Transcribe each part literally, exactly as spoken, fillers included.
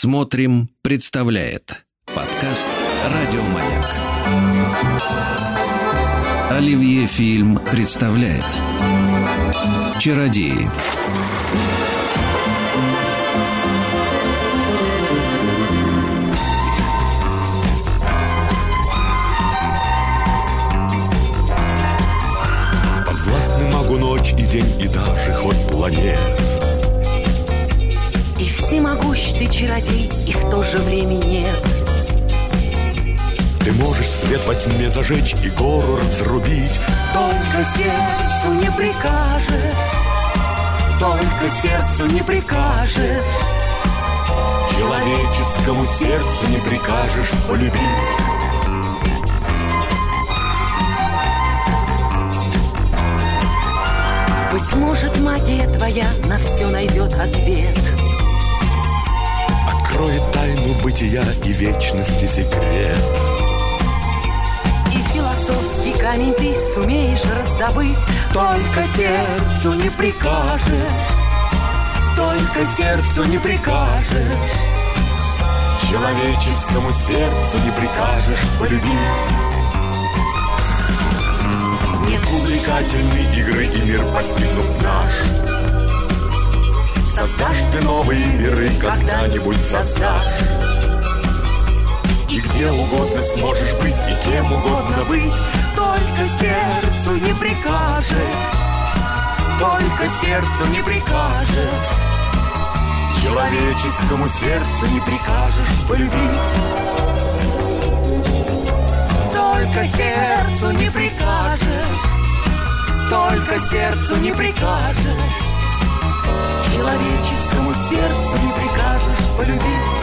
Смотрим, представляет подкаст «Радио Маяк». Оливье Фильм представляет «Чародеи». Подвластны магу ночь и день, и даже ход планет. И всемогущ ты чародей, и в то же время нет. Ты можешь свет во тьме зажечь и гору разрубить. Только сердцу не прикажешь, только сердцу не прикажешь, Человеческому сердцу не прикажешь полюбить. Быть может, магия твоя на все найдет ответ. Откроет тайну бытия и вечности секрет. И философский камень ты сумеешь раздобыть. Только сердцу не прикажешь, только сердцу не прикажешь, Человеческому сердцу не прикажешь полюбить. Нет увлекательной игры и мир, постигнув наш, создашь ты новые миры, когда-нибудь создашь. И где угодно сможешь быть, и кем угодно быть. Только сердцу не прикажешь, только сердцу не прикажешь, Человеческому сердцу не прикажешь полюбить. только сердцу не прикажешь, только сердцу не прикажешь, человеческому сердцу не прикажешь полюбить.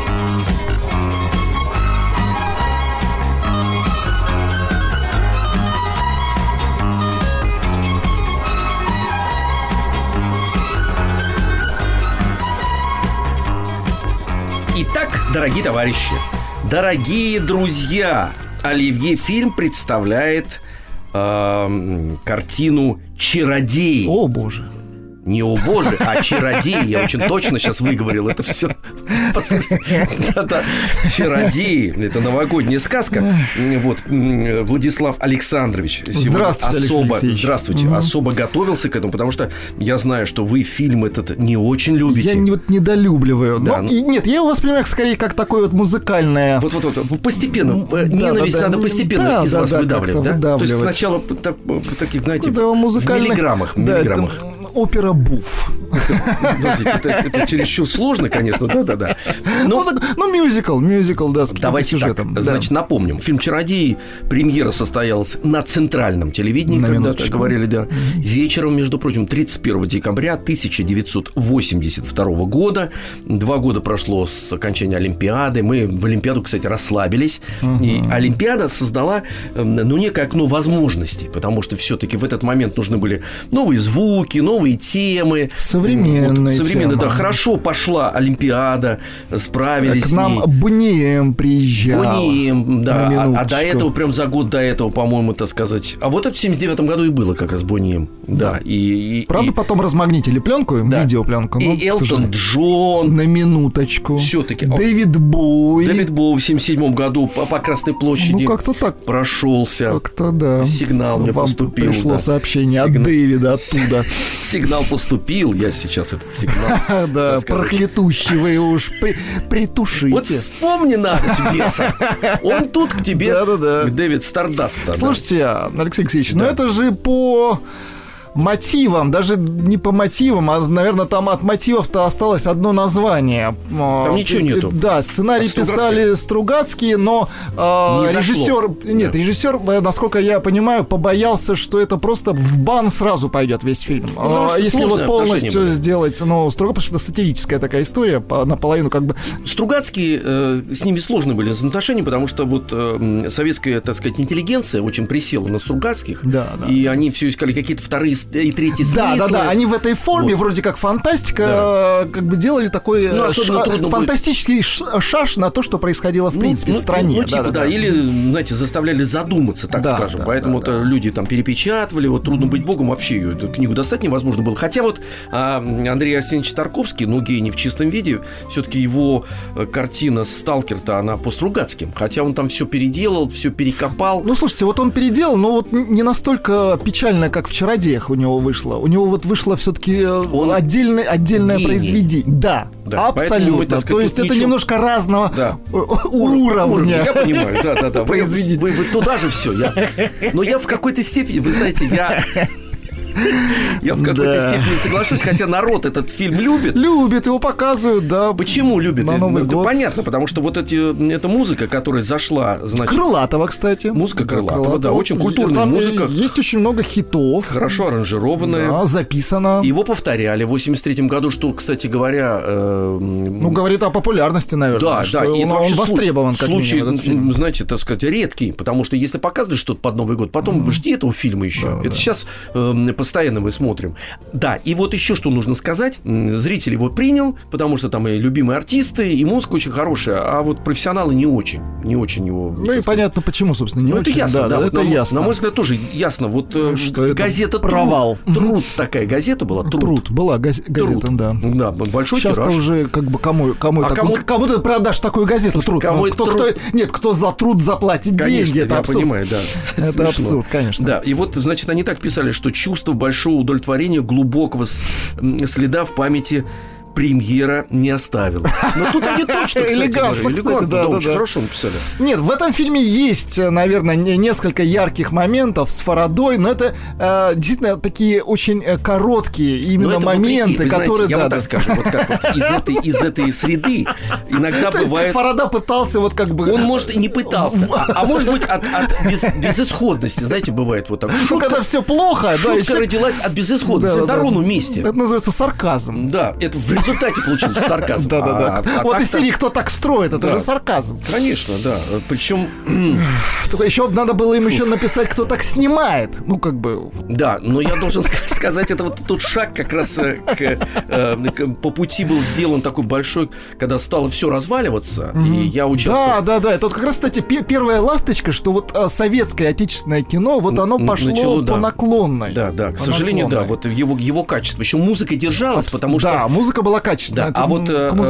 Итак, дорогие товарищи, дорогие друзья, Оливье Фильм представляет э, картину «Чародеи». О, боже. Не «О, боже», а «Чародеи». Я очень точно сейчас выговорил это все. Послушайте, это «Чародеи». Это новогодняя сказка. Вот, Владислав Александрович Здравствуйте, особо, Алексей здравствуйте, угу. особо готовился к этому, потому что я знаю, что вы фильм этот не очень любите. Я не, вот недолюбливаю. Да, Но, ну... и, нет, я его воспринимаю скорее как такое вот музыкальное. Вот-вот-вот, постепенно, да, ненависть да, да, надо постепенно да, из да, вас да, выдавливать, да? выдавливать. То есть сначала так, таких, знаете, да, в музыкальных... миллиграммах. В да, миллиграммах. Это опера буф. Подождите, это, это чересчур сложно, конечно, да-да-да. Но... Ну, так, ну, мюзикл, мюзикл, да, с давайте сюжетом. Так, да. Значит, напомним. Фильм «Чародеи», премьера состоялась на Центральном телевидении, на когда-то говорили, да. Mm-hmm. Вечером, между прочим, тридцать первого декабря тысяча девятьсот восемьдесят второго года. Два года прошло с окончания Олимпиады. Мы в Олимпиаду, кстати, расслабились. Mm-hmm. И Олимпиада создала, ну, некое окно возможностей, потому что все-таки в этот момент нужны были новые звуки, новые темы. Современные вот, современные, темы. Да, хорошо пошла Олимпиада, справились к с нам ней. Бонiem приезжал. Бонiem, да. А, а до этого, прям за год до этого, по-моему, так сказать. А вот это в семьдесят девятом году и было как раз Бонiem. Да. Да. И, и, Правда, и... потом размагнитили пленку, да. видеопленку. И Элтон Джон. На минуточку. Все-таки. Дэвид Боуи. Дэвид Боуи в семьдесят седьмом году по, по Красной площади. Ну, как-то так. Прошелся. Как-то да. Сигнал мне Вам поступил. пришло да. сообщение Сигнал... от Дэвида оттуда. Сигнал поступил. Я сейчас этот сигнал. Да, проклятущий вы уж притушите. Вот вспомни на ночь беса. Он тут к тебе, Дэвид Стардаст. Слушайте, Алексей Алексеевич, ну это же по... мотивам, даже не по мотивам, а, наверное, там от мотивов-то осталось одно название. Там ничего нету. Да, сценарий писали Стругацкие, но э, режиссер, нет, да. режиссер, насколько я понимаю, побоялся, что это просто в бан сразу пойдет весь фильм. Ну, э, если вот полностью сделать, ну, Стругацкие, потому что сатирическая такая история, наполовину как бы. Стругацкие, э, с ними сложно были взаимоотношения, потому что вот э, советская, так сказать, интеллигенция очень присела на Стругацких, да, да. и они все искали какие-то вторые и третий смысл. Да, да, да. Они в этой форме, вот. Вроде как фантастика, да. Как бы делали такой ну, ш... фантастический будет... шаш на то, что происходило в принципе ну, в стране. Ну, ну типа, да, да, да. Или, знаете, заставляли задуматься, так да, скажем. Да, Поэтому да, да. люди там перепечатывали. Вот «Трудно быть Богом» вообще ее, эту книгу достать невозможно было. Хотя вот а, Андрей Арсеньевич Тарковский, ну, гений в чистом виде, все-таки его картина «Сталкер»-то, она по Стругацким. Хотя он там все переделал, все перекопал. Ну, слушайте, вот он переделал, но вот не настолько печально, как в «Чародеях» у него вышло. У него вот вышло все-таки отдельное, отдельное произведение. Да, да, абсолютно. Мы, сказать, То есть это ничего... немножко разного да. уровня. уровня. Я понимаю, да, да, да. Вы, вы, вы туда же все. Я... Но я в какой-то степени, вы знаете, я... Я в какой-то да. степени соглашусь, хотя народ этот фильм любит. Любит, его показывают, да. Почему любит? На Новый год. Понятно, потому что вот эти, эта музыка, которая зашла, значит... Крылатова, кстати. Музыка да, Крылатова, Крылатова, да, очень культурная там музыка. Есть очень много хитов. Хорошо аранжированная. Да, записано. Его повторяли в восемьдесят третьем году, что, кстати говоря... Э, ну, говорит о популярности, наверное. Да, что да. Он, он востребован, как случай, минимум, этот фильм. Знаете, так сказать, редкий, потому что если показывают что-то под Новый год, потом mm-hmm. жди этого фильма еще. Да, Это да. сейчас э, постоянно мы смотрим. Да, и вот еще что нужно сказать. Зритель его принял, потому что там и любимые артисты, и музыка очень хорошая, а вот профессионалы не очень. Не очень его... Ну и понятно, почему, собственно, не ну, очень. Это ясно, да. да, да это на, ясно. На мой взгляд, тоже ясно. Вот что газета провал. Труд, Труд такая газета была. Труд, Труд была газ... газета, Труд. да. Да, большой Сейчас-то тираж. уже как бы кому, кому, а кому... кому ты продашь такую газету? Труд. Кому ну, кто, труд... кто... Нет, кто за труд заплатит конечно, деньги, это я абсурд. понимаю, да. Это Смешно. абсурд, конечно. Да, и вот, значит, они так писали, что чувство большого удовлетворения, глубокого следа в памяти премьера не оставила. Но тут они точно, кстати, элегантно, кстати, да, да, очень да. хорошо написали. Нет, в этом фильме есть, наверное, несколько ярких моментов с Фарадой, но это э, действительно такие очень короткие именно моменты, вопреки, которые... Знаете, я да, вам да. так скажу, вот как вот из этой, из этой среды иногда То бывает... есть Фарада пытался вот как бы... Он, может, и не пытался, а, а может быть, от, от без, безысходности, знаете, бывает вот так. Ну, когда все плохо... Шутка да, еще... родилась от безысходности, да, на да, ровном месте. Это называется сарказм. Да, это в результате получился сарказм. Да, да, да. А, а вот из так-то... серии «Кто так строит», это да. же сарказм. Конечно, да. Причем... Только еще надо было им еще написать, кто так снимает. Ну, как бы... Да, но я должен сказать, это вот тот шаг как раз к, к, по пути был сделан такой большой, когда стало все разваливаться, mm-hmm. и я участвовал... Да, да, да. Это вот как раз, кстати, первая ласточка, что вот советское отечественное кино, вот оно пошло Начало, по да. наклонной. Да, да, к по сожалению, наклонной. да, вот его, его качество. Еще музыка держалась, Абс- потому что... Да, музыка была качественная. Да, а вот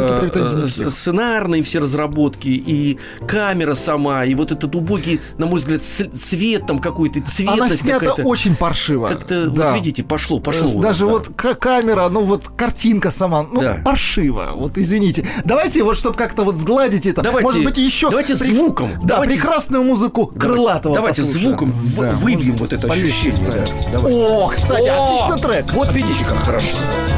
э, сценарные все разработки и камера сама, и вот этот убогий, на мой взгляд, цвет там какой-то, цветность она снята какая-то. Очень паршиво. Как-то, да. вот видите, пошло, пошло. Даже да. вот камера, ну вот картинка сама, ну да. паршиво. Вот извините. Давайте вот, чтобы как-то вот сгладить это, давайте, может быть, еще... Давайте при... звуком. Да, давайте... прекрасную музыку Крылатова Давайте послушаем. звуком да. выбьем вот это ощущение. Да. Давайте. О, кстати, О, отличный трек. Вот видите, как хорошо.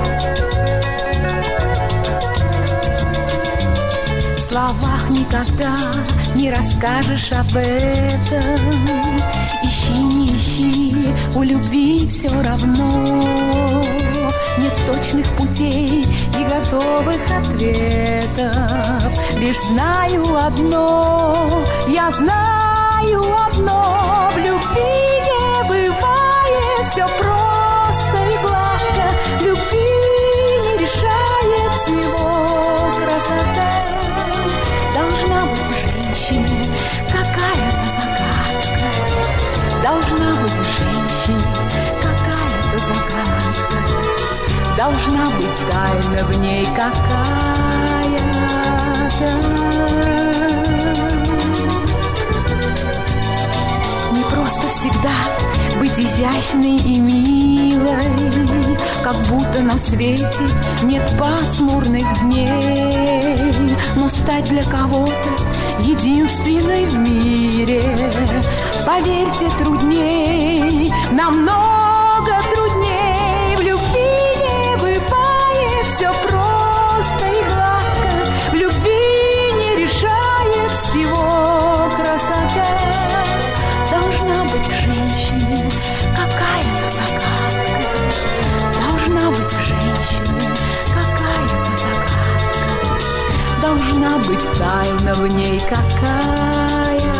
В словах никогда не расскажешь об этом. Ищи, не ищи, у любви все равно. Нет точных путей и готовых ответов. Лишь знаю одно, я знаю одно. В любви не бывает все просто и гладко. В любви не решает всего красота. Должна быть в женщине какая-то загадка. Должна быть в женщине какая-то загадка. Должна быть тайна в ней какая-то. Не просто всегда быть изящной и милой, как будто на свете нет пасмурных дней, но стать для кого-то единственной в мире, поверьте, трудней, намного трудней. В любви не бывает все просто и гладко, в любви не решает всего красота. Должна быть в женщине какая-то загадка, должна быть в женщине какая-то загадка, должна быть тайна в ней какая-то.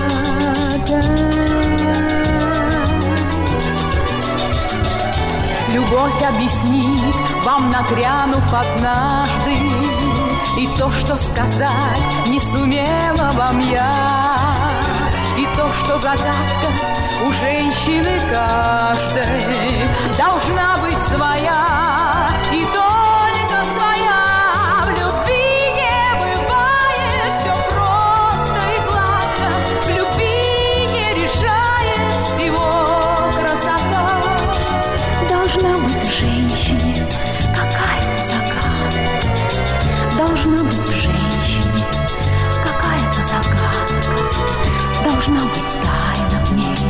Любовь объяснит вам, нагрянув однажды, и то, что сказать не сумела вам я, и то, что загадка у женщины каждой должна быть своя, и только своя. В любви не бывает все просто и гладко, в любви не решает всего красота. Должна быть в женщине какая-то загадка, должна быть в женщине какая-то загадка, должна быть тайна в ней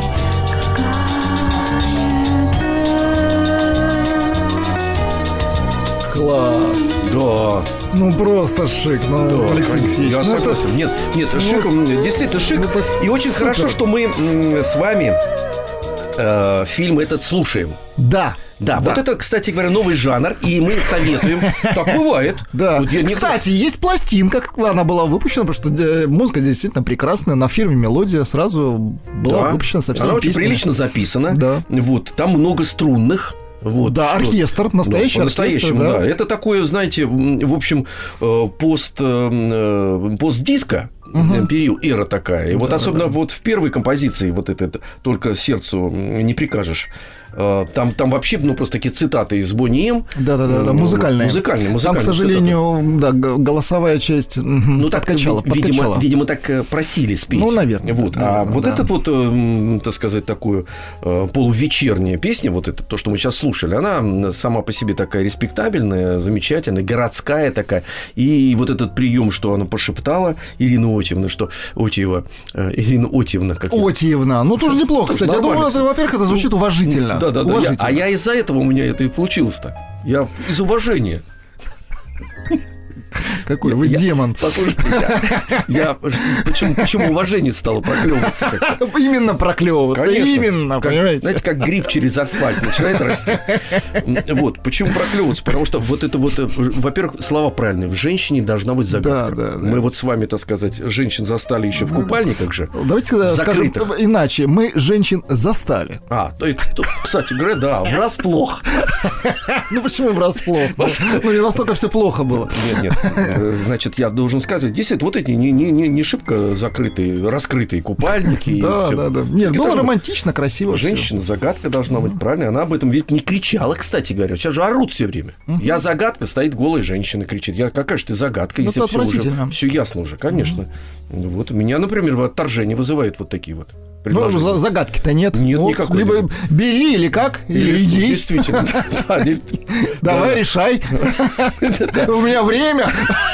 какая-то. Класс. Да. Ну, просто шик. Ну, Да, Алексей Алексеевич, я ну, это- согласен. Нет, нет, ну, шик, м, действительно шик. это И очень супер. хорошо, что мы м, с вами э, фильм этот слушаем. Да. Да, вот это, кстати говоря, новый жанр, и мы советуем. Так бывает. Да. Вот я не- Кстати, есть пластинка, как она была выпущена, потому что э, музыка действительно прекрасная. На фирме «Мелодия» сразу была Да. выпущена со всеми Она очень песнями. прилично записана. Да. Вот, там много струнных. Вот, Да, что- оркестр, настоящий Да, оркестр, по-настоящему, да. да. Это такое, знаете, м, в общем, э, пост, э, постдиско э, период, эра такая. И вот особенно вот в первой композиции, вот это «Только сердцу не прикажешь», э, там, там вообще, ну, просто такие цитаты из Бонни М. Да-да-да, Ну, музыкальные. Музыкальные, Там, музыкальные к сожалению, да, г- голосовая часть мгм, Ну, так, подкачала, ви- видимо, подкачала. видимо, так э, просили спеть. Ну, наверное, Вот. А наверное, вот да. этот вот, э, м, так сказать, такую э, полувечерняя песня, вот это, то, что мы сейчас слушали, она м, сама по себе такая респектабельная, замечательная, городская такая. И вот этот прием, что она пошептала, Ирина Отьевна, что Отьева, э, Ирина Отьевна, как я- Отьевна. Ну, тоже неплохо, Тоже кстати. Я нормально, думаю, это, кстати. во-первых, это звучит уважительно. Да, да, да. Я- Уважительно. а я из-за этого у меня это и получилось-то. Я из уважения. Какой вы Я- демон. Послушайте, я, я- почему, почему уважение стало проклевываться как-то? Именно проклевываться. Конечно. Именно, Как- понимаете? Знаете, как гриб через асфальт начинает расти. Вот. Почему проклевываться? Потому что вот это вот, э, во-первых, слова правильные. В женщине должна быть загадка. Да, да, да. Мы вот с вами, так сказать, женщин застали еще в купальниках же. Давайте скажем Закрытых. иначе. Мы женщин застали. А, то, то, кстати говоря, да, врасплох. Ну, почему врасплох? Ну, ну, не настолько все плохо было. Нет, нет. Э, Значит, я должен сказать, действительно, вот эти не, не, не, не шибко закрытые, раскрытые купальники. и Да, всё. да, да. Нет, Так было это же романтично, красиво. всё. Женщина, загадка должна быть, правильно? Она об этом ведь не кричала, кстати говоря. Сейчас же орут все время. Я загадка, стоит голая женщина, кричит. Я, какая же ты загадка, Ну, если это все уже отвратительно. все ясно уже, конечно. Вот меня, например, отторжение вызывает вот такие вот Ну, предложения. за- загадки-то нет. Нет, Вот, никакой Либо нет. бери, или как, или Или- иди. Действительно. Да, де- Давай, да. решай. У меня время.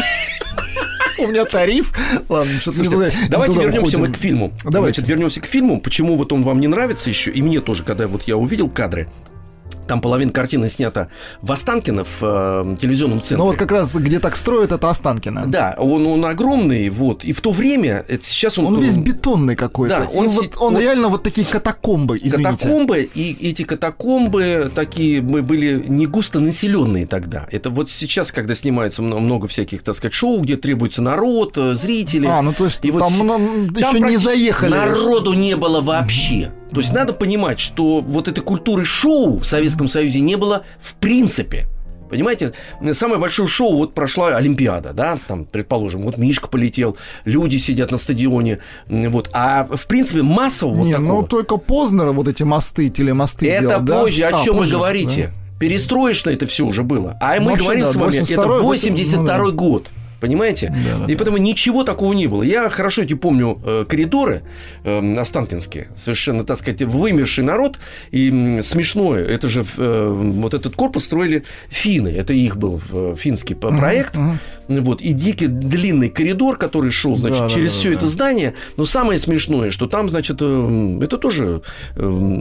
У меня тариф. Ладно, что-то не Слушайте, туда- не давайте туда вернемся мы уходим. к фильму. Давайте. Значит, вернемся к фильму. Почему вот он вам не нравится еще? И мне тоже, когда вот я увидел кадры. Там половина картины снята в Останкино, в э, телевизионном центре. Ну, вот как раз где так строят, это Останкино. Да, он, он огромный, вот. И в то время, это сейчас он... Он весь бетонный какой-то. Да, он И си- вот он вот- реально вот такие катакомбы, извините. Катакомбы, и эти катакомбы такие мы были не густо населенные тогда. Это вот сейчас, когда снимается мно- много всяких, так сказать, шоу, где требуется народ, э, зрители. А, ну то есть И вот там с- ну, Там еще не практически заехали. Народу не было вообще. То есть надо понимать, что вот этой культуры шоу в Советском Союзе не было в принципе. Понимаете, самое большое шоу, вот прошла Олимпиада, да, там, предположим, вот Мишка полетел, люди сидят на стадионе, вот, а в принципе массового вот Не, такого. ну только Познер вот эти мосты, телемосты Это делал, да? позже, о А, чем вы позже, говорите? Перестроечно это все уже было. А мы вообще, говорим да, с вами, это восемьдесят второй, восемьдесят второй год. Понимаете? Да, да, и поэтому ничего такого не было. Я хорошо эти помню э, коридоры э, останкинские. Совершенно, так сказать, вымерший народ. И м, смешное. Это же э, вот этот корпус строили финны. Это их был э, финский п- проект. Вот. И дикий длинный коридор, который шел, значит, Да, да, через да, все да. это здание. Но самое смешное, что там, значит, э, это тоже э,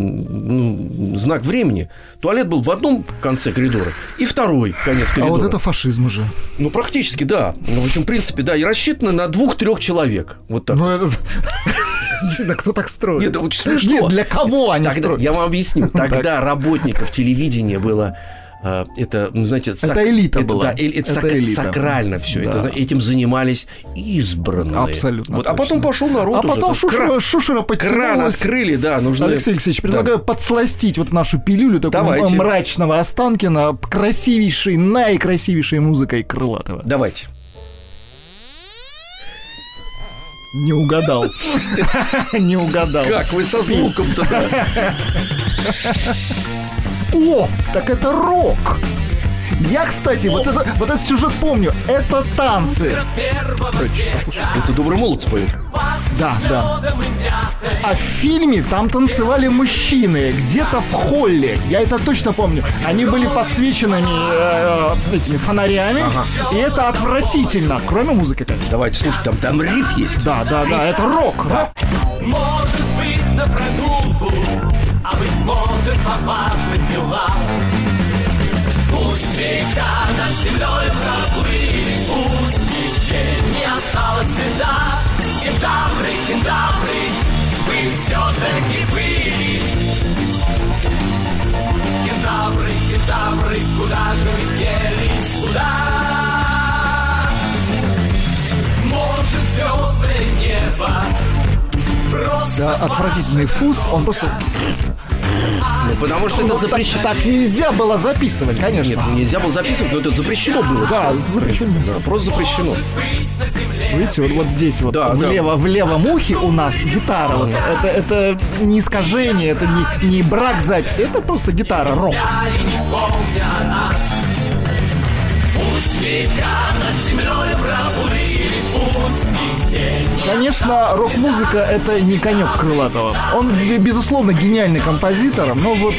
ну, знак времени. Туалет был в одном конце коридора и второй конец А коридора. вот это фашизм уже. Ну, практически, да. Ну, в общем, в принципе, да, и рассчитано на двух-трех человек. Вот так. Ну, это... Да кто так строит? Нет, да очень смешно. Нет, для кого они Тогда, строят? я вам объясню. Тогда работников телевидения было Это, ну, знаете, это сак... элита это, была. Да, это, это сак... элита. Сакрально все. Да. Это, этим занимались избранные. Абсолютно. Вот. А потом пошел народ. А уже. потом Шушера, Кра... Шушера подтянулась. Кран открыли, да. Нужно... Алексей Алексеевич, предлагаю да. подсластить вот нашу пилюлю такого Давайте. мрачного Останкина красивейшей, наикрасивейшей музыкой Крылатова. Давайте. Не угадал. Слушайте. Не угадал. Как вы со звуком-то? О, так это рок. Я, кстати, вот, это, вот этот сюжет помню. Это танцы. Это «Добрый молодец» поет. Да, да. А в фильме там танцевали мужчины где-то в холле. Я это точно помню. Они были подсвеченными э, этими фонарями. Ага. И это отвратительно. Кроме музыки, конечно. Давайте, слушай, там, там риф есть. Да, да, да, это рок. Да. Может быть, на прогулку, а быть может, по важным делам. Пусть века над землей проплыли, пусть нигде не осталось следа. Кентавры, кентавры, вы все-таки были. Кентавры, кентавры, куда же вы делись, куда? Может, звездное небо просто... Да, отвратительный вкус, он просто... Ну, потому что это запрещено. Так, так нельзя было записывать, конечно. Нет, нельзя было записывать, но это запрещено было. Да, запрещено. Да, просто запрещено. Видите, вот, вот здесь вот да, влево, да. в левом ухе у нас гитара. Вот. Это, это не искажение, это не, не брак записи, это просто гитара, рок. Конечно, рок-музыка — это не конек Крылатова. Он, безусловно, гениальный композитор, но вот...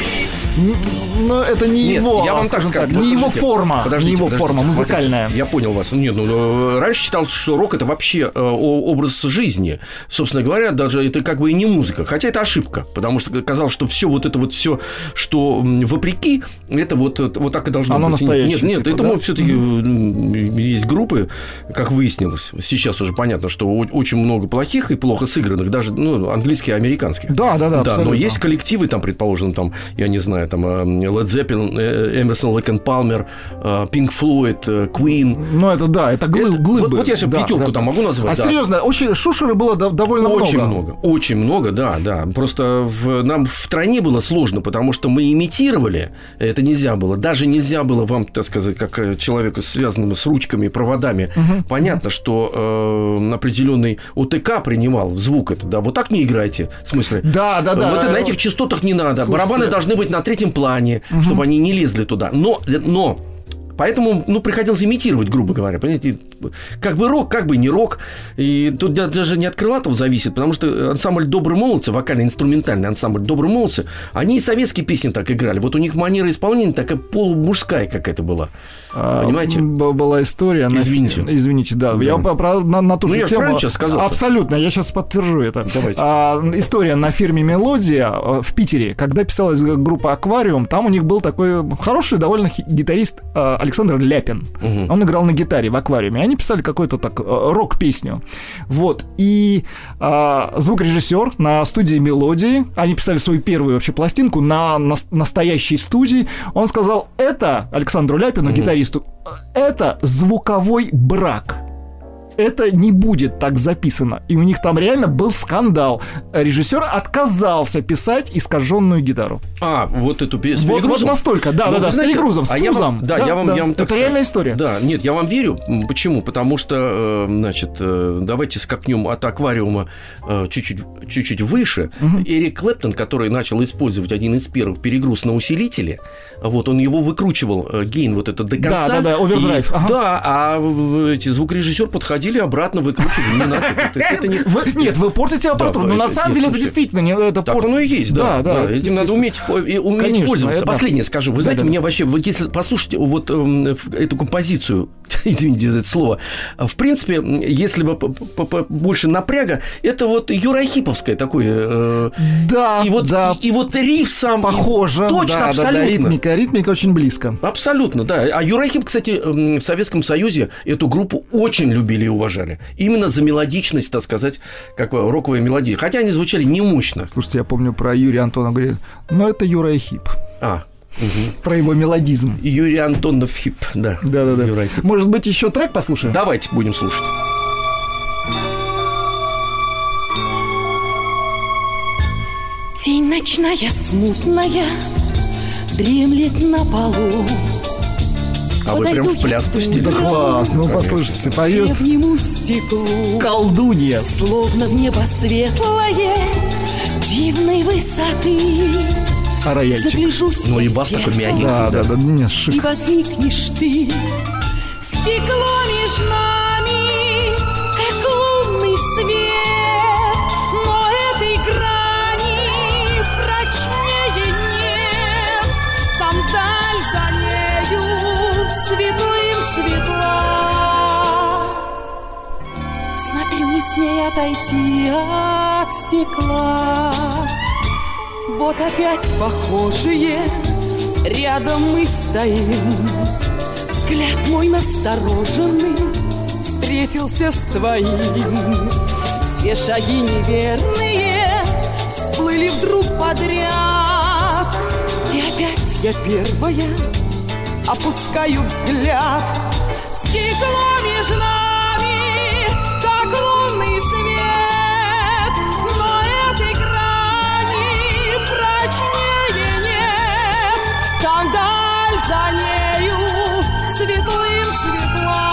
Но это не Нет, его, я вам так скажу, не его форма, подождите, не его подождите, форма музыкальная. Смотрите, я понял вас. Нет, ну раньше считалось, что рок — это вообще э, образ жизни. Собственно говоря, даже это как бы и не музыка. Хотя это ошибка, потому что казалось, что все вот это вот все, что вопреки, это вот, вот так и должно Оно быть. настоящее. Нет, нет, типа, это да? все-таки mm-hmm. есть группы, как выяснилось. Сейчас уже понятно, что очень много плохих и плохо сыгранных, даже ну, английских и американских. Да, да, да. Да, но есть коллективы, там, предположим, там, я не знаю, там Led Zeppelin, Эмерсон, Лейк энд Палмер, Pink Floyd, Queen. Ну, это да, это глы- это, глыбы. Вот, вот я же да, пятерку да, там да. могу назвать. А да. серьезно, очень, Шушера было до- довольно очень много. много. Очень много, да, да. Просто в, нам в стране было сложно, потому что мы имитировали, это нельзя было. Даже нельзя было вам, так сказать, как человеку, связанному с ручками и проводами. Угу. Понятно, что э, определенный ОТК принимал звук это, да, вот так не играйте. В смысле? Да, да, да. Вот на этих частотах не надо. Слушайте. Барабаны должны быть на третьем плане, угу. чтобы они не лезли туда. Но, но поэтому, ну, приходилось имитировать, грубо говоря, понимаете, как бы рок, как бы не рок. И тут даже не от Крылатова зависит, потому что ансамбль «Добрые молодцы», вокально-инструментальный ансамбль «Добрые молодцы», они и советские песни так играли. Вот у них манера исполнения такая полумужская какая-то была. А, понимаете? Была история... Извините. На... Извините, да. да. Я про, на, на ту ну, же я тему... правильно сейчас сказал? Абсолютно, я сейчас подтвержу это. Давайте. А, история на фирме «Мелодия» в Питере, когда писалась группа «Аквариум», там у них был такой хороший довольно гитарист Александр Ляпин. Угу. Он играл на гитаре в «Аквариуме». Они писали какую-то так рок-песню. Вот. И а, звукорежиссер на студии «Мелодии», они писали свою первую вообще пластинку на, на настоящей студии. Он сказал, это Александру Ляпину, угу. гитаристу, это звуковой брак. Это не будет так записано. И у них там реально был скандал. Режиссер отказался писать искаженную гитару. А, вот эту песню с вот, перегрузом? Вот настолько, да, ну, да, да, с перегрузом, с а фузом. Я вам, да, да, я вам, да. Я вам так это реальная история. Да, нет, я вам верю. Почему? Потому что, значит, давайте скакнем от «Аквариума» чуть-чуть, чуть-чуть выше. Угу. Эрик Клэптон, который начал использовать один из первых перегруз на усилителе, вот, он его выкручивал, гейн вот этот до конца. Да, да, да, овердрайв. Ага. Да, а эти звукорежиссер подходили обратно, выкручивали. Не надо. Это, это не... вы, нет, вы портите аппаратуру. Да, но это, на самом нет, деле слушайте, это действительно не это так порт... оно и есть, да. да, да этим надо уметь, уметь Конечно, пользоваться. Это... Последнее скажу. Вы да, знаете, да, мне да. вообще, вы если послушайте вот э, эту композицию, извините за это слово, в принципе, если бы больше напряга, это вот юрахиповское такое. Э, да, и вот, да. И, и вот риф сам. Похоже. Точно, да, абсолютно. Да, да, ритмика, ритмика очень близко. Абсолютно, да. А Юрахип, кстати, в Советском Союзе эту группу очень любили и уважали. Именно за мелодичность, так сказать, как роковые мелодии. Хотя они звучали не мощно. Слушайте, я помню про Юрия Антонова, говорит, ну это Юра и Хип. А, Угу. Про его мелодизм. Юрий Антонов Фип, да. Да-да-да. Может быть, еще трек послушаем? Давайте будем слушать. Тень ночная, смутная, дремлет на полу. А вы прям в пляс пустили. Да класс, ну послушайте, поет колдунья. Словно в небо светлое, дивной высоты. А рояльчик? Ну и бас такой мягенький. Да, да, да, нет, шик. И возникнешь ты, стекло между нами, как лунный свет, но этой грани прочнее нет, там даль за нею светлым светла. Смотрю, не смей отойти от стекла. Вот опять похожие, рядом мы стоим. Взгляд мой настороженный встретился с твоим. Все шаги неверные всплыли вдруг подряд. И опять я первая опускаю взгляд. Стекло между нами, как лунный свет, но этой грани прочнее нет. Там даль за нею светлым светла.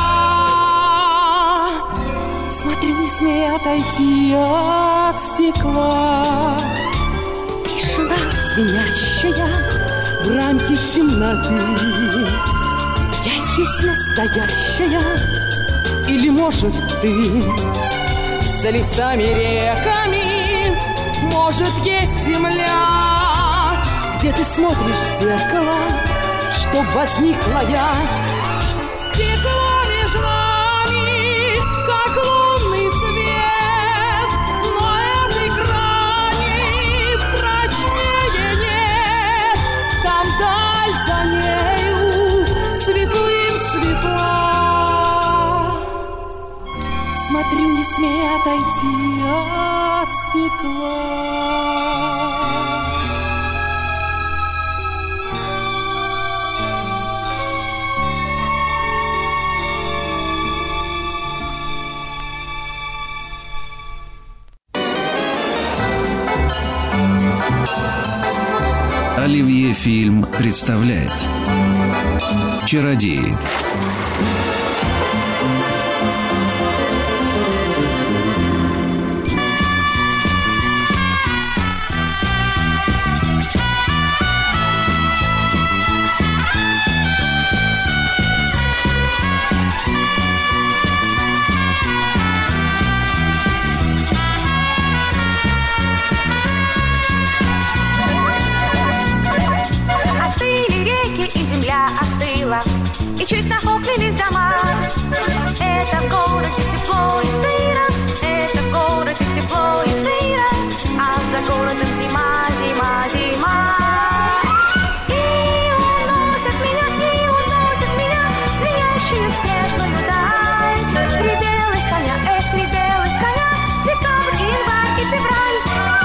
Смотрю, не смей отойти от стекла. Тишина звенящая в рамке темноты. Я здесь настоящая, или, может, ты за лесами, реками, может, есть земля, где ты смотришь в зеркало, чтоб возникла я. Стекло между нами, как лунный свет, но этой грани прочнее нет. Там даль за нею светлым светла. Смотрю, не смей отойти от стекла. Оливье Фильм представляет «Чародеи». И чуть нахохлились дома. Это в городе тепло и сыро, это в городе тепло и сыро, а за городом зима, зима, зима. И уносят меня, и уносят меня звенящую снежную даль. Три белых коня, эх, три белых коня, декабрь, январь и февраль.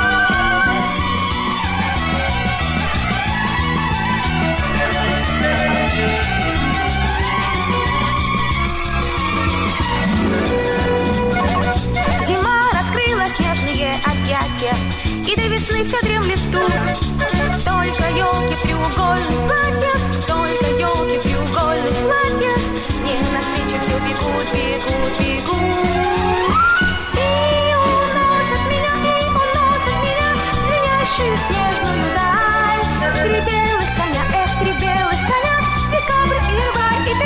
И до весны все дремлет тут. Только елки в треугольных платьях, только елки в треугольных платьях. Мне навстречу все бегут, бегут, бегут. И уносят меня, и уносят меня звенящую снежную даль. Три белых коня, эх, три белых коня, декабрь, январь и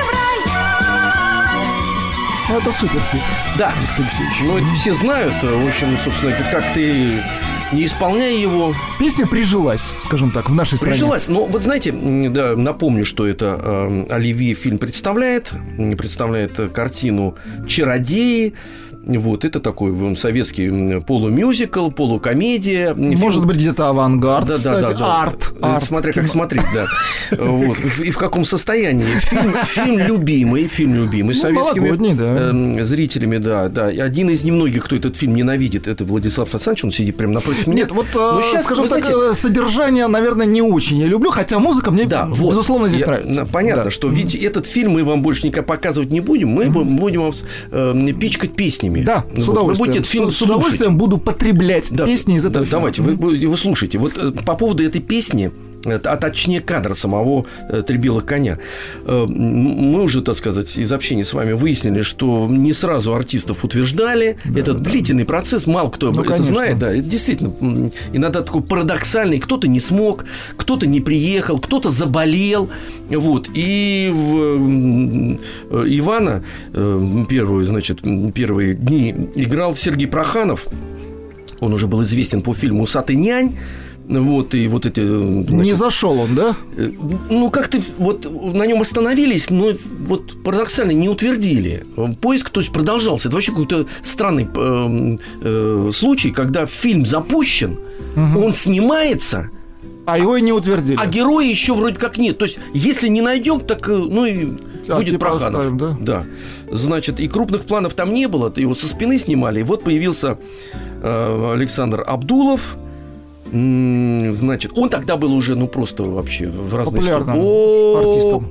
февраль. Это супер хит. Да, Алексей Алексеевич. Ну, это все знают. В общем, собственно, как ты не исполняя его... Песня прижилась, скажем так, в нашей стране. Прижилась. Но вот знаете, да, напомню, что это э, Оливье Фильм представляет. Представляет картину «Чародеи». Вот, это такой советский полумюзикл, полукомедия. Может Фильм... быть, где-то авангард, да, кстати, да, да, да. арт, арт. Смотря как смотреть, да. Вот. И в каком состоянии. Фильм, фильм любимый, фильм любимый, ну, советскими да. э, зрителями, да, да. И один из немногих, кто этот фильм ненавидит, это Владислав Александрович, он сидит прямо напротив меня. Нет, вот, но сейчас, скажу так, знаете... содержание, наверное, не очень я люблю, хотя музыка мне, да, безусловно, вот. здесь я, нравится. Понятно, да. что ведь этот фильм мы вам больше никак показывать не будем, мы mm-hmm. будем э, пичкать песнями. Да, вот. с удовольствием. Вы будете этот фильм с, с удовольствием буду потреблять да, песни из этого да, фильма. Давайте, вы, вы слушайте. Вот по поводу этой песни, а точнее кадра самого «Три белых коня». Мы уже, так сказать, из общения с вами выяснили, что не сразу артистов утверждали. Да, это да. длительный процесс, мало кто ну, это конечно. знает. Да, действительно, иногда такой парадоксальный. Кто-то не смог, кто-то не приехал, кто-то заболел. Вот. И в Ивана первую, значит, первые дни играл Сергей Проханов. Он уже был известен по фильму «Усатый нянь». Вот, и вот эти... Значит, не зашел он, да? Ну, как-то вот на нем остановились, но вот парадоксально не утвердили. Поиск, то есть, продолжался. Это вообще какой-то странный э, э, случай, когда фильм запущен, угу. он снимается... А его и не утвердили. А героя еще вроде как нет. То есть, если не найдем, так, ну, и а, будет типа Проханов. Оставим, да? Да. Значит, и крупных планов там не было, его со спины снимали. И вот появился э, Александр Абдулов. Значит, он тогда был уже, ну, просто вообще в разных... Популярным артистом.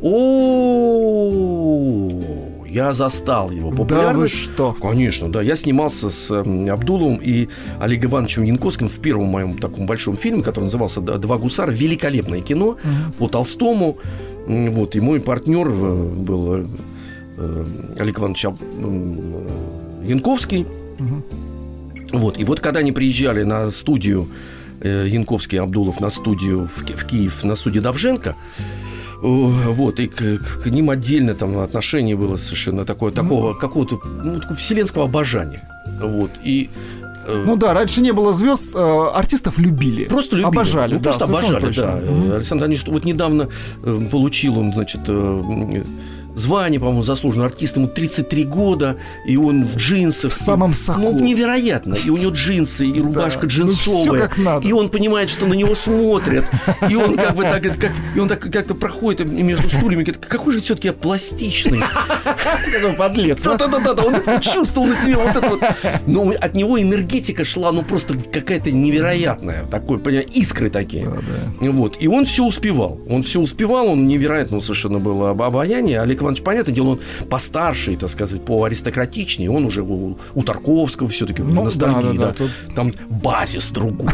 О, я застал его популярность. Да вы что? Конечно, да. Я снимался с Абдуловым и Олегом Ивановичем Янковским в первом моем таком большом фильме, который назывался «Два гусара». Великолепное кино угу. по Толстому. Вот, и мой партнер был Олег Иванович Янковский. Угу. Вот, и вот когда они приезжали на студию, Янковский и Абдулов на студию в, в Киев, на студию Довженко, вот, и к, к ним отдельно там отношение было совершенно такое, такого, mm-hmm. какого-то ну, вселенского обожания. Вот, и ну да, раньше не было звезд, артистов любили. Просто любили. Обожали. Ну, да, просто обожали, точно. да. Mm-hmm. Александр Данилович вот недавно получил он, значит, звание, по-моему, заслуженного артиста, ему тридцать три года, и он в джинсах. В самом соку. Ну, невероятно. И у него джинсы, и рубашка да. джинсовая. Ну, всё как надо. И он понимает, что на него смотрят. И он как бы так, как, и он так как-то проходит между стульями, говорит, какой же все-таки я пластичный. Какой подлец. Да-да-да, он чувствовал на себе вот это вот. Но от него энергетика шла, ну, просто какая-то невероятная. Такой, понимаете, искры такие. Вот. И он все успевал. Он все успевал, он невероятно совершенно было обаяние. Олег Иванович, понятное дело, он постарше, так сказать, поаристократичнее, он уже у, у Тарковского все-таки ну, в ностальгии, да, да, да, тут... там базис другой.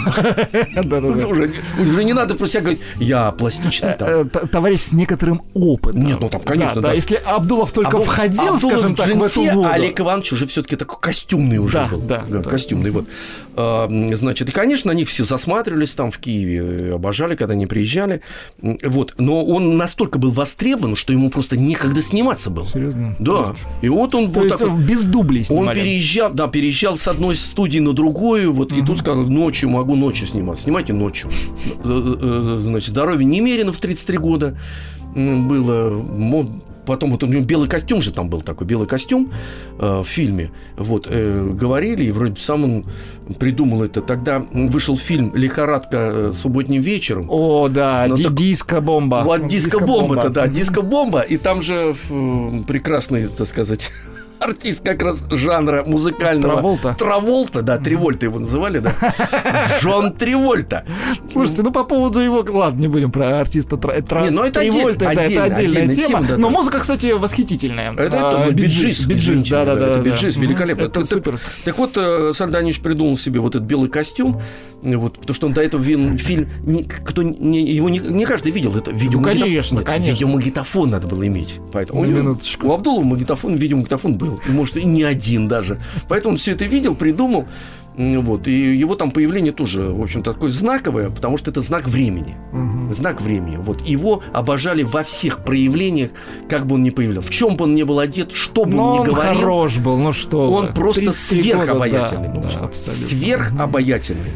Уже не надо про себя говорить, я пластичный. Товарищ с некоторым опытом. Нет, ну там, конечно, да. Если Абдулов только входил, скажем так, в эту воду. Олег Иванович уже все-таки такой костюмный уже был. Да, костюмный, вот. Значит, и, конечно, они все засматривались там в Киеве, обожали, когда они приезжали. Вот. Но он настолько был востребован, что ему просто некогда сниматься было. Серьезно? Да. И вот он То вот есть такой, без дублей снимали. Он переезжал, да, переезжал с одной студии на другую, вот, uh-huh. и тут сказал, ночью могу ночью сниматься. Снимайте ночью. Значит, здоровье немерено в тридцать три года было. Потом вот у него белый костюм же там был такой, белый костюм э, в фильме. Вот, э, говорили, и вроде сам он придумал это. Тогда вышел фильм «Лихорадка субботним вечером». О, да, ди- так... диско-бомба. Вот диско-бомба-то, да, диско-бомба. И там же э, прекрасный, так сказать... артист как раз жанра музыкального. Траволта. Траволта, да, Тривольта его называли, да. Джон Тривольта. Слушайте, ну по поводу его, ладно, не будем про артиста Тра... Не, ну это Тривольта, отдель... да, отдельно, это отдельная отдельная тема. тема, да, но да. музыка, кстати, восхитительная. Это, а, это биджиз, биджиз, да, да, да, это да, биджиз, да. великолепно. Это так, супер. Так, так вот, Сальданич придумал себе вот этот белый костюм, вот, потому что он до этого фильм, не, кто, не, его не, не каждый видел, это видеомагнитофон. Ну, конечно, Нет, конечно. Видеомагнитофон надо было иметь. Поэтому у, него, у Абдулова магнитофон, видеомагнитофон был, и, может, и не один даже. Поэтому он все это видел, придумал. Вот, и его там появление тоже, в общем, такое знаковое, потому что это знак времени. Угу. Знак времени. Вот его обожали во всех проявлениях, как бы он ни появлялся. В чем бы он ни был одет, что бы Но он ни он говорил. хорош был, ну что Он вы. просто сверхобаятельный был. Да, да, сверхобаятельный.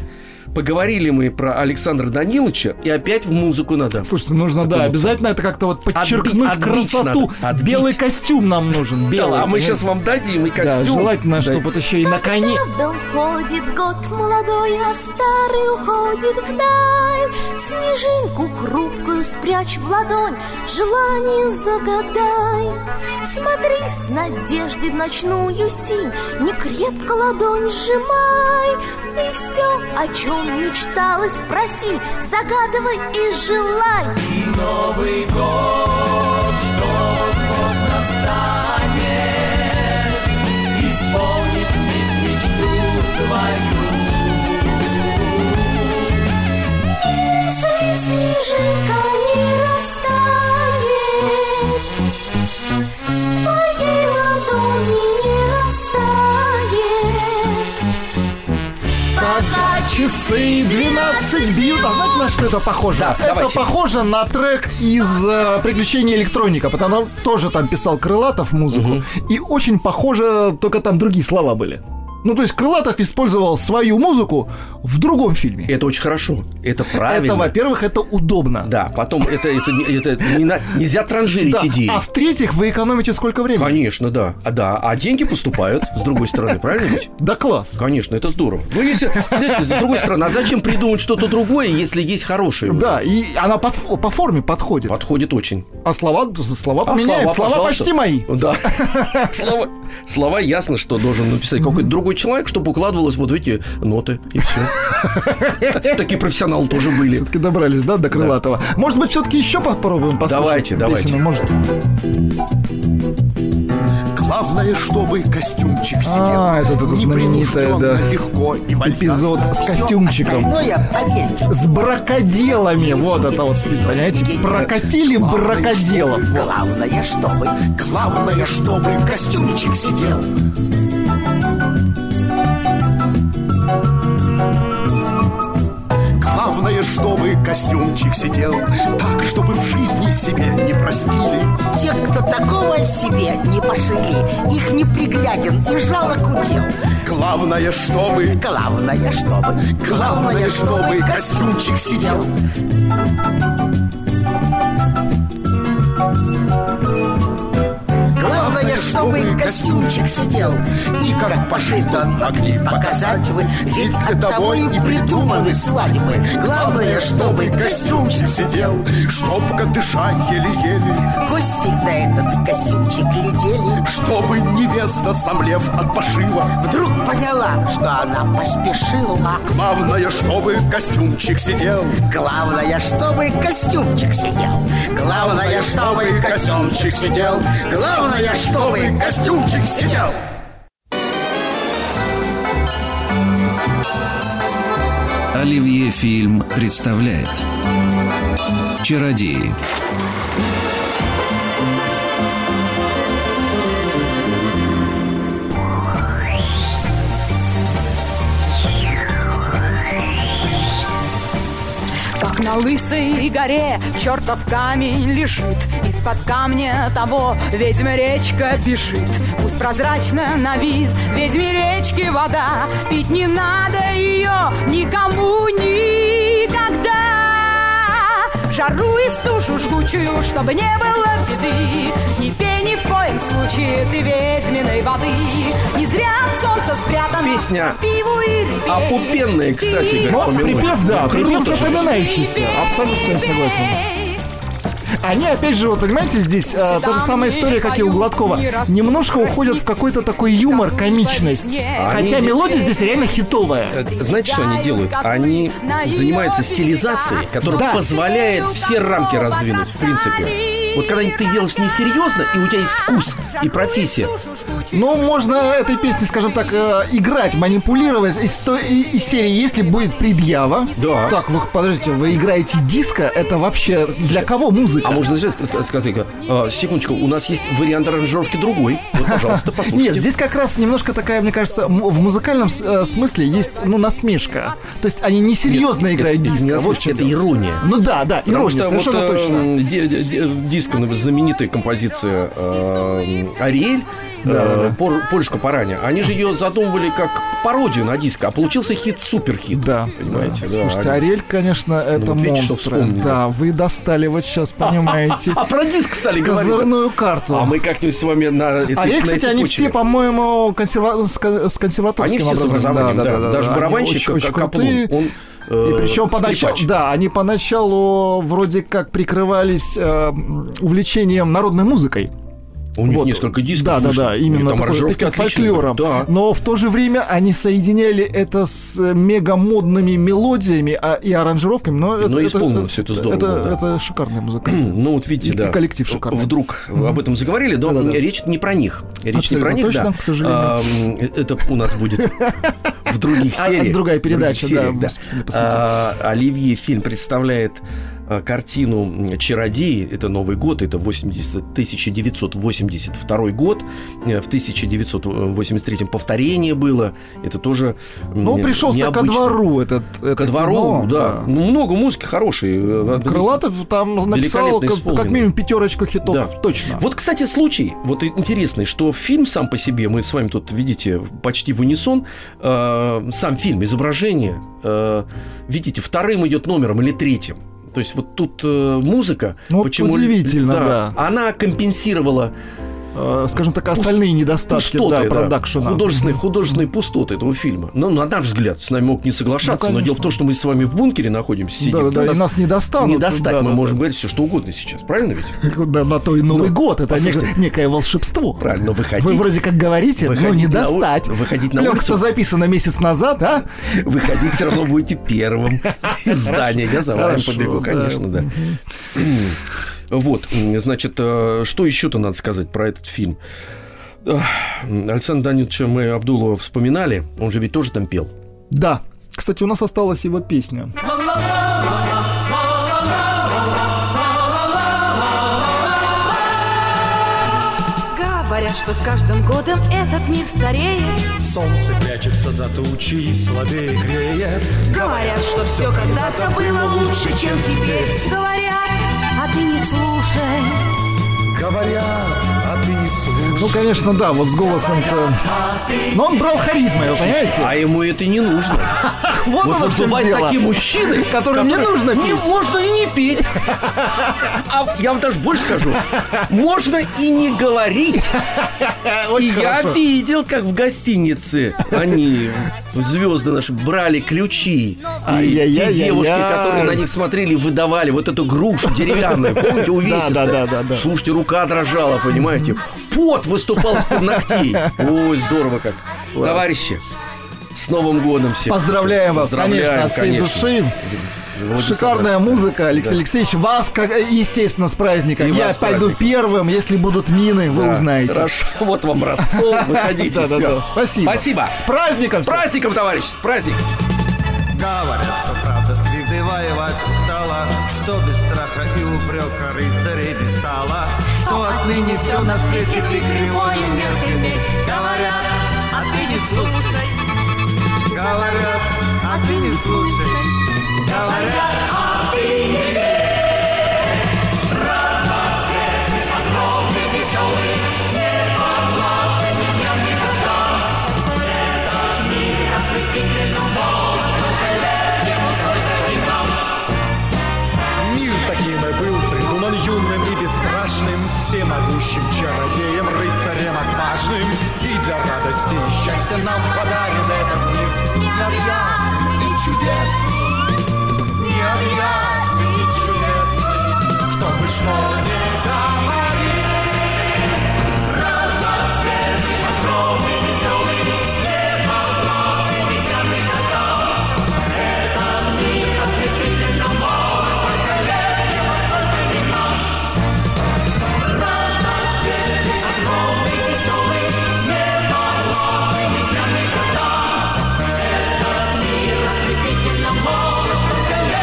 поговорили мы про Александра Даниловича, и опять в музыку надо. Слушайте, нужно, да, обязательно это как-то вот подчеркнуть отбить, отбить красоту. Надо, белый костюм нам нужен. Белый, да, а мы конечно. сейчас вам дадим и костюм. Да, желательно, да. чтобы это еще и на коне. В дом входит год молодой, а старый уходит вдаль. Снежинку хрупкую спрячь в ладонь, желание загадай. Смотри с надеждой в ночную синь, не крепко ладонь сжимай. И все, о чем мечталось, проси, загадывай и желай. И Новый год, что вот настанет, исполнит мечту твою. Если снежинка не растает, в твоей ладони не растает. Пока часы двенадцать бьют. А знаете, на что это похоже? Да, это давайте. похоже на трек из э, «Приключений электроника», потому что тоже там писал Крылатов музыку. Угу. И очень похоже, только там другие слова были. Ну, то есть Крылатов использовал свою музыку в другом фильме. Это очень хорошо. Это правильно. Это, во-первых, это удобно. Да, потом это, это, это не на- нельзя транжирить Да. идеи. А в-третьих, вы экономите сколько времени? Конечно, да. А, да. А деньги поступают с другой стороны, правильно ведь? Да класс. Конечно, это здорово. Ну, если, знаете, с другой стороны, а зачем придумать что-то другое, если есть хорошее? Да, и она под- по форме подходит. Подходит очень. А слова, слова А поменяем. слова, Слова пожалуйста. почти мои. Да. Слова, слова ясно, что должен написать какой-то другой человек, чтобы укладывалось вот в эти ноты, и все. Такие профессионалы тоже были. Все-таки добрались, да, до Крылатова. Может быть, все-таки еще попробуем послушать? Давайте, давайте. песенку? Может. Главное, чтобы костюмчик сидел. А, это тут знаменитая, да, легко и вольготно. эпизод с костюмчиком. Поверьте. С бракоделами. Вот это вот, понимаете? Прокатили бракоделов. Вот. Главное, чтобы, главное, чтобы костюмчик сидел. Главное, чтобы костюмчик сидел так, чтобы в жизни себе не простили. Те, кто такого себе не пошили, их непригляден и жалок удел. Главное, чтобы, Главное, чтобы, главное, чтобы костюмчик сидел. Главное, чтобы костюмчик сидел. И как пошит он, могли показать вы. Ведь от того и придуманы свадьбы. Главное, чтобы Костюмчик сидел, чтоб дыша еле-еле, гости на этот костюмчик глядели. чтобы невеста, сомлев от пошива, Вдруг поняла, что она поспешила. главное, чтобы костюмчик сидел. Главное, чтобы костюмчик сидел. Главное, чтобы костюмчик сидел. Главное, чтобы костюмчик сидел. Оливье фильм представляет «Чародеи». Как на лысой горе чертов камень лежит, из-под камня того ведьма речка бежит. Пусть прозрачна на вид ведьме речки вода, пить не надо ее никому никогда. В жару и стужу жгучую, чтобы не было беды, не пей ни в коем случае ты ведьминой воды. Не зря от солнца спрятан Песня пиву и репей. опупенная, кстати, как Ну, помянуть. припев, да, припев Круто же. запоминающийся. Абсолютно с вами согласен. Они, опять же, вот понимаете, здесь а, та же самая история, как и у Гладкова. Немножко уходят в какой-то такой юмор, комичность. Хотя Они- мелодия здесь реально хитовая. Э, Знаете, что они делают? Они занимаются стилизацией, которая Да. позволяет все рамки раздвинуть, в принципе. Вот когда ты делаешь несерьезно, и у тебя есть вкус и профессия. Ну, можно этой песней, скажем так, э, играть, манипулировать из, той- и- из серии, если будет предъява. Да. Так, вы, подождите, вы играете диско, это вообще для кого музыка? А можно же ска- сказать, а, секундочку, у нас есть вариант аранжировки другой. Вот, пожалуйста, послушайте. Нет, здесь как раз немножко такая, мне кажется, м- в музыкальном с- э, смысле есть, ну, насмешка. То есть они несерьезно Нет, играют это- это диско. не вот в насмешка, чем это дело. ирония. Ну да, да, Потому ирония, что вот совершенно э, точно. ди- ди- ди- диско, ну, знаменитая композиция э, «Ариэль», Да, э, да. Пор- Полюшка Параня, они же ее задумывали как пародию на диско, а получился хит, суперхит. Да. Понимаете? Да. Слушайте, Ариэль, конечно, это ну, монстр. Да, вы достали вот сейчас, понимаете. А про диск стали говорить. Козырную карту. А мы как-нибудь с вами на Ариэль, кстати, они все, по-моему, с консерваторским они все с образованием, да, да, да. Даже барабанщик, как Каплун, он... И причем поначалу, да, они поначалу вроде как прикрывались э, увлечением народной музыкой. У них вот. несколько дисков. Да, да, да, именно такой, таким фольклором. Да. Но в то же время они соединяли это с мегамодными мелодиями а, и аранжировками. Но, но это, исполнено это, все это здорово. Это, да. это шикарная музыка. Ну вот видите, и, да. И коллектив шикарный. Вдруг mm-hmm. об этом заговорили, но да, да, да. речь не про них. Речь Абсолютно не про них, точно, да. к сожалению. А, это у нас будет в других сериях. Другая передача, да. Оливье фильм представляет картину «Чародеи». Это Новый год, это тысяча девятьсот восемьдесят второй год. В тысяча девятьсот восемьдесят третьем повторение было. Это тоже Ну, пришелся необычно. Ко двору этот, этот Ко двору, кино, да. да. Ну, много музыки хорошей. Крылатов там написал как, как минимум пятерочку хитов, да. Точно. Вот, кстати, случай, вот интересный, что фильм сам по себе, мы с вами тут, видите, почти в унисон, э, сам фильм, изображение, э, видите, вторым идет номером или третьим. То есть вот тут э, музыка, ну, почему удивительно, да, да, она компенсировала, э, скажем так, остальные недостатки пустоты, да, продакшена. Да, художественные, художественные пустоты этого фильма. Ну, на наш взгляд, с нами мог не соглашаться, ну, но дело в том, что мы с вами в бункере находимся, сидим. Да, да, нас, и нас не достанут. Не достать, да, мы да, можем да. говорить все, что угодно сейчас, правильно ведь? Да, на то и Новый но, год, это нек- некое волшебство. Правильно, выходить. Вы вроде как говорите, но не достать. У... Выходить на улицу. Пленка-то записана месяц назад, а? Выходить все равно будете первым из здания. Я за вами побегу, конечно, да. Вот, значит, что еще-то надо сказать про этот фильм? Александра Даниловича мы Абдулова вспоминали, он же ведь тоже там пел. Да, кстати, у нас осталась его песня. Говорят, что с каждым годом этот мир стареет. Солнце прячется за тучи и слабее греет. Говорят, что все когда-то было лучше, чем теперь. Говорят, а ты не слушай. Говорят, а ты не слушай. Ну, конечно, да, вот с голосом-то. Но он брал харизмой, вы понимаете? А ему это не нужно. Вот, вот, вот бывают такие мужчины, которым не нужно петь. Не можно и не петь. А я вам даже больше скажу. Можно и не говорить. И я видел, как в гостинице они, звезды наши, брали ключи. И те девушки, которые на них смотрели, выдавали вот эту грушу деревянную. Помните, увесистая? Слушайте, рука дрожала, понимаете? Пот выступал из-под ногтей. Ой, здорово как. Товарищи, с Новым годом всех. Поздравляем вас, Поздравляем, конечно, от всей души. Шикарная музыка, Алексей да. Алексеевич. Вас, как, естественно, с праздником. И Я пойду праздником. Первым. Если будут мины, вы да. узнаете. Хорошо, вот вам рассол. Выходите. Да, да, да. Спасибо. Спасибо. С праздником. С праздником, товарищи, с праздником. Говорят, что правда с кривдой воевать устала, что без страха и упрека рыцарей не стало, что отныне все на свете прикривое мерками. Говорят, а ты не слушай. Говорят, а ты не слушай. Говорят, а ты не верь. Раз, свет, огромный, веселый, не подвластный днем никогда. Этот мир ослепителен умом, сколько лет ему, сколько веков. Мир таким и был придуман юным и бесстрашным, всемогущим чародеем, рыцарем отважным. И для радости и счастья нам подарен этот мир необъятный и чудесный. Необъятный и чудесный, кто бы что ни говорил. Раз, свет, огромный, веселый, не подвластный никем никогда. Этот мир ослепительно мол, сколько лет ему, сколько веков. Раз, свет, огромный, веселый, не подвластный никем никогда. Этот мир ослепительно мол, сколько лет.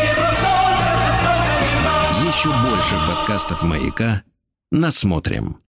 Еще больше подкастов «Маяка» насмотрим.